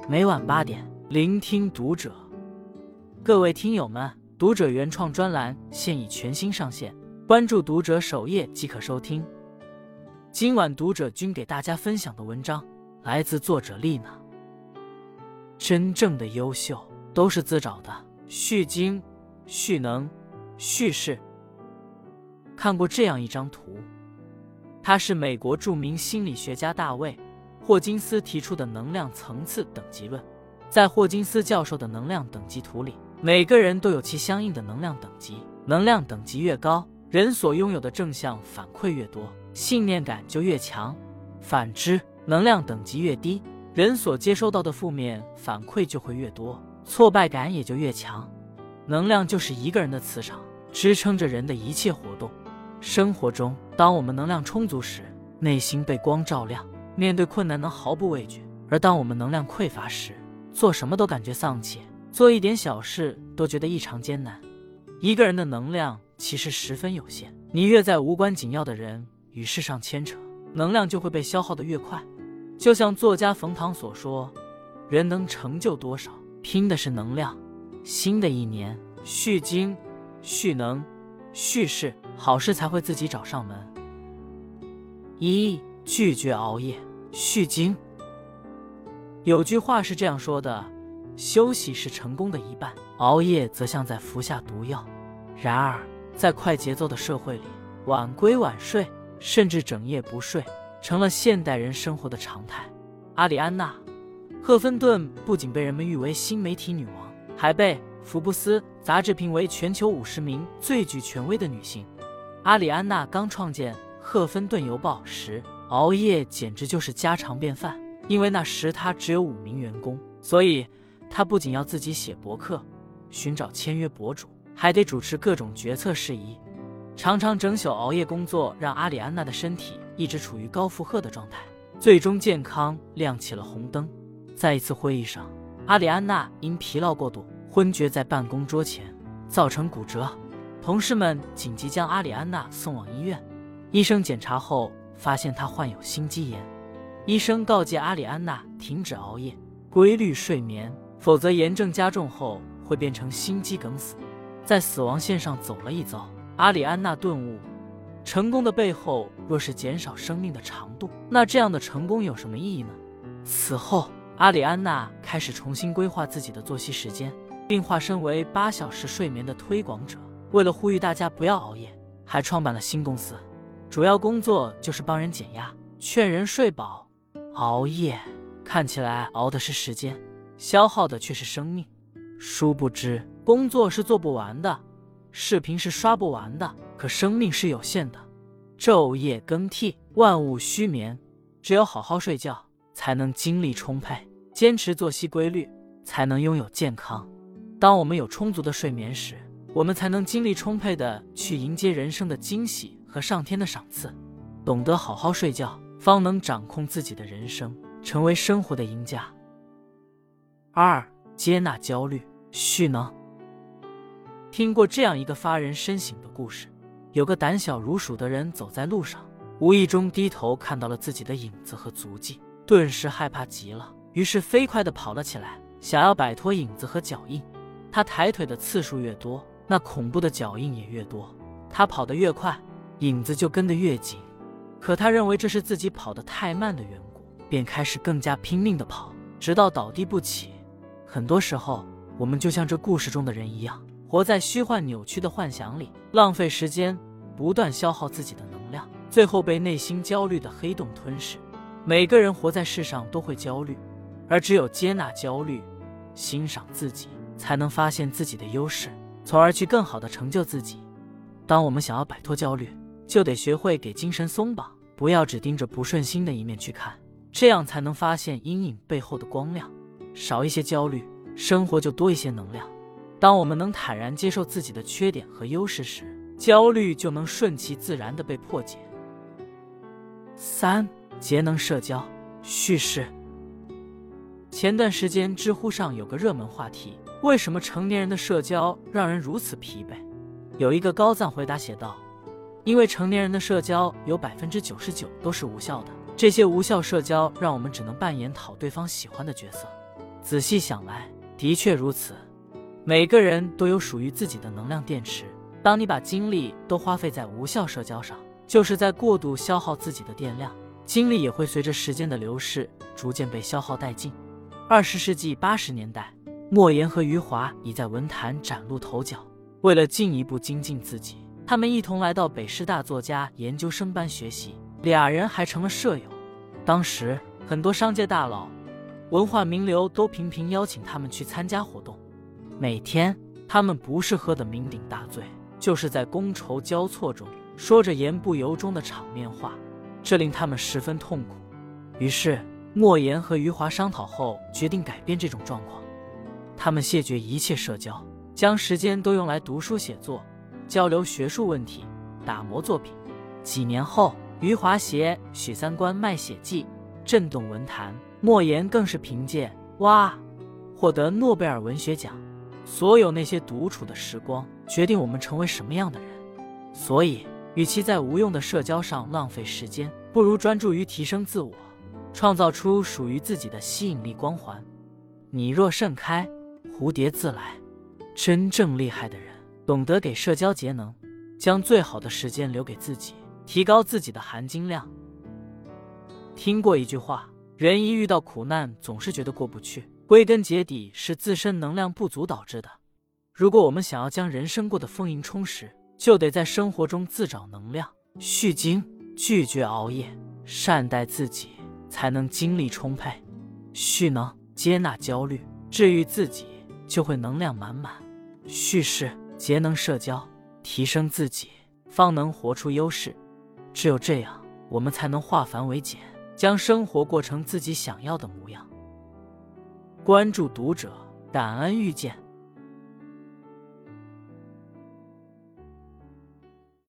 每晚8点，聆听读者。各位听友们，读者原创专栏现已全新上线，关注读者首页即可收听。今晚读者君给大家分享的文章来自作者丽娜。真正的优秀都是自找的，蓄精、蓄能、蓄势。看过这样一张图，它是美国著名心理学家大卫·霍金斯提出的能量层次等级论。在霍金斯教授的能量等级图里，每个人都有其相应的能量等级，能量等级越高，人所拥有的正向反馈越多，信念感就越强。反之，能量等级越低，人所接收到的负面反馈就会越多，挫败感也就越强。能量就是一个人的磁场，支撑着人的一切活动。生活中，当我们能量充足时，内心被光照亮，面对困难能毫不畏惧；而当我们能量匮乏时，做什么都感觉丧气，做一点小事都觉得异常艰难。一个人的能量其实十分有限，你越在无关紧要的人与事上牵扯，能量就会被消耗得越快。就像作家冯唐所说，人能成就多少，拼的是能量。新的一年，蓄精、蓄能、蓄势，好事才会自己找上门。1. 拒绝熬夜，蓄精。有句话是这样说的，休息是成功的一半，熬夜则像在服下毒药。然而，在快节奏的社会里，晚归晚睡，甚至整夜不睡，成了现代人生活的常态。阿里安娜·赫芬顿不仅被人们誉为新媒体女王，还被福布斯杂志评为全球50名最具权威的女性。阿里安娜刚创建赫芬顿邮报时，熬夜简直就是家常便饭。因为那时她只有5名员工，所以她不仅要自己写博客、寻找签约博主，还得主持各种决策事宜。常常整宿熬夜工作让阿里安娜的身体一直处于高负荷的状态，最终健康亮起了红灯。在一次会议上，阿里安娜因疲劳过度昏厥在办公桌前，造成骨折。同事们紧急将阿里安娜送往医院，医生检查后发现她患有心肌炎。医生告诫阿里安娜停止熬夜，规律睡眠，否则炎症加重后会变成心肌梗死。在死亡线上走了一遭，阿里安娜顿悟，成功的背后若是减少生命的长度，那这样的成功有什么意义呢？此后，阿里安娜开始重新规划自己的作息时间，并化身为8小时睡眠的推广者。为了呼吁大家不要熬夜，还创办了新公司，主要工作就是帮人减压，劝人睡饱。熬夜看起来熬的是时间，消耗的却是生命。殊不知，工作是做不完的，视频是刷不完的，可生命是有限的。昼夜更替，万物须眠，只有好好睡觉，才能精力充沛；坚持作息规律，才能拥有健康。当我们有充足的睡眠时，我们才能精力充沛地去迎接人生的惊喜和上天的赏赐。懂得好好睡觉，方能掌控自己的人生，成为生活的赢家。2. 接纳焦虑，蓄能。听过这样一个发人深省的故事，有个胆小如鼠的人走在路上，无意中低头看到了自己的影子和足迹，顿时害怕极了，于是飞快地跑了起来，想要摆脱影子和脚印。他抬腿的次数越多，那恐怖的脚印也越多，他跑得越快，影子就跟得越紧。可他认为这是自己跑得太慢的缘故，便开始更加拼命地跑，直到倒地不起。很多时候，我们就像这故事中的人一样，活在虚幻扭曲的幻想里，浪费时间，不断消耗自己的能量，最后被内心焦虑的黑洞吞噬。每个人活在世上都会焦虑，而只有接纳焦虑，欣赏自己，才能发现自己的优势，从而去更好地成就自己。当我们想要摆脱焦虑，就得学会给精神松绑，不要只盯着不顺心的一面去看，这样才能发现阴影背后的光亮。少一些焦虑，生活就多一些能量。当我们能坦然接受自己的缺点和优势时，焦虑就能顺其自然地被破解。3. 节能社交，蓄势。前段时间知乎上有个热门话题，为什么成年人的社交让人如此疲惫？有一个高赞回答写道，因为成年人的社交有 99% 都是无效的，这些无效社交让我们只能扮演讨对方喜欢的角色。 仔细想来，的确如此。每个人都有属于自己的能量电池，当你把精力都花费在无效社交上，就是在过度消耗自己的电量，精力也会随着时间的流逝逐渐被消耗殆尽。20世纪80年代，莫言和余华已在文坛崭露头角。为了进一步精进自己，他们一同来到北师大作家研究生班学习，俩人还成了舍友。当时很多商界大佬、文化名流都频频邀请他们去参加活动。每天他们不是喝得酩酊大醉，就是在觥筹交错中说着言不由衷的场面话，这令他们十分痛苦。于是莫言和余华商讨后决定改变这种状况，他们谢绝一切社交，将时间都用来读书写作，交流学术问题，打磨作品。几年后，余华携《许三观卖血记》震动文坛，莫言更是凭借哇获得诺贝尔文学奖。所有那些独处的时光决定我们成为什么样的人，所以与其在无用的社交上浪费时间，不如专注于提升自我，创造出属于自己的吸引力光环。你若盛开，蝴蝶自来。真正厉害的人懂得给社交节能，将最好的时间留给自己，提高自己的含金量。听过一句话，人一遇到苦难总是觉得过不去，归根结底是自身能量不足导致的。如果我们想要将人生过得丰盈充实，就得在生活中自找能量，蓄精，拒绝熬夜，善待自己，才能精力充沛。蓄能，接纳焦虑，治愈自己，就会能量满满。蓄势，节能社交，提升自己，方能活出优势。只有这样，我们才能化繁为简，将生活过成自己想要的模样。关注读者，感恩遇见。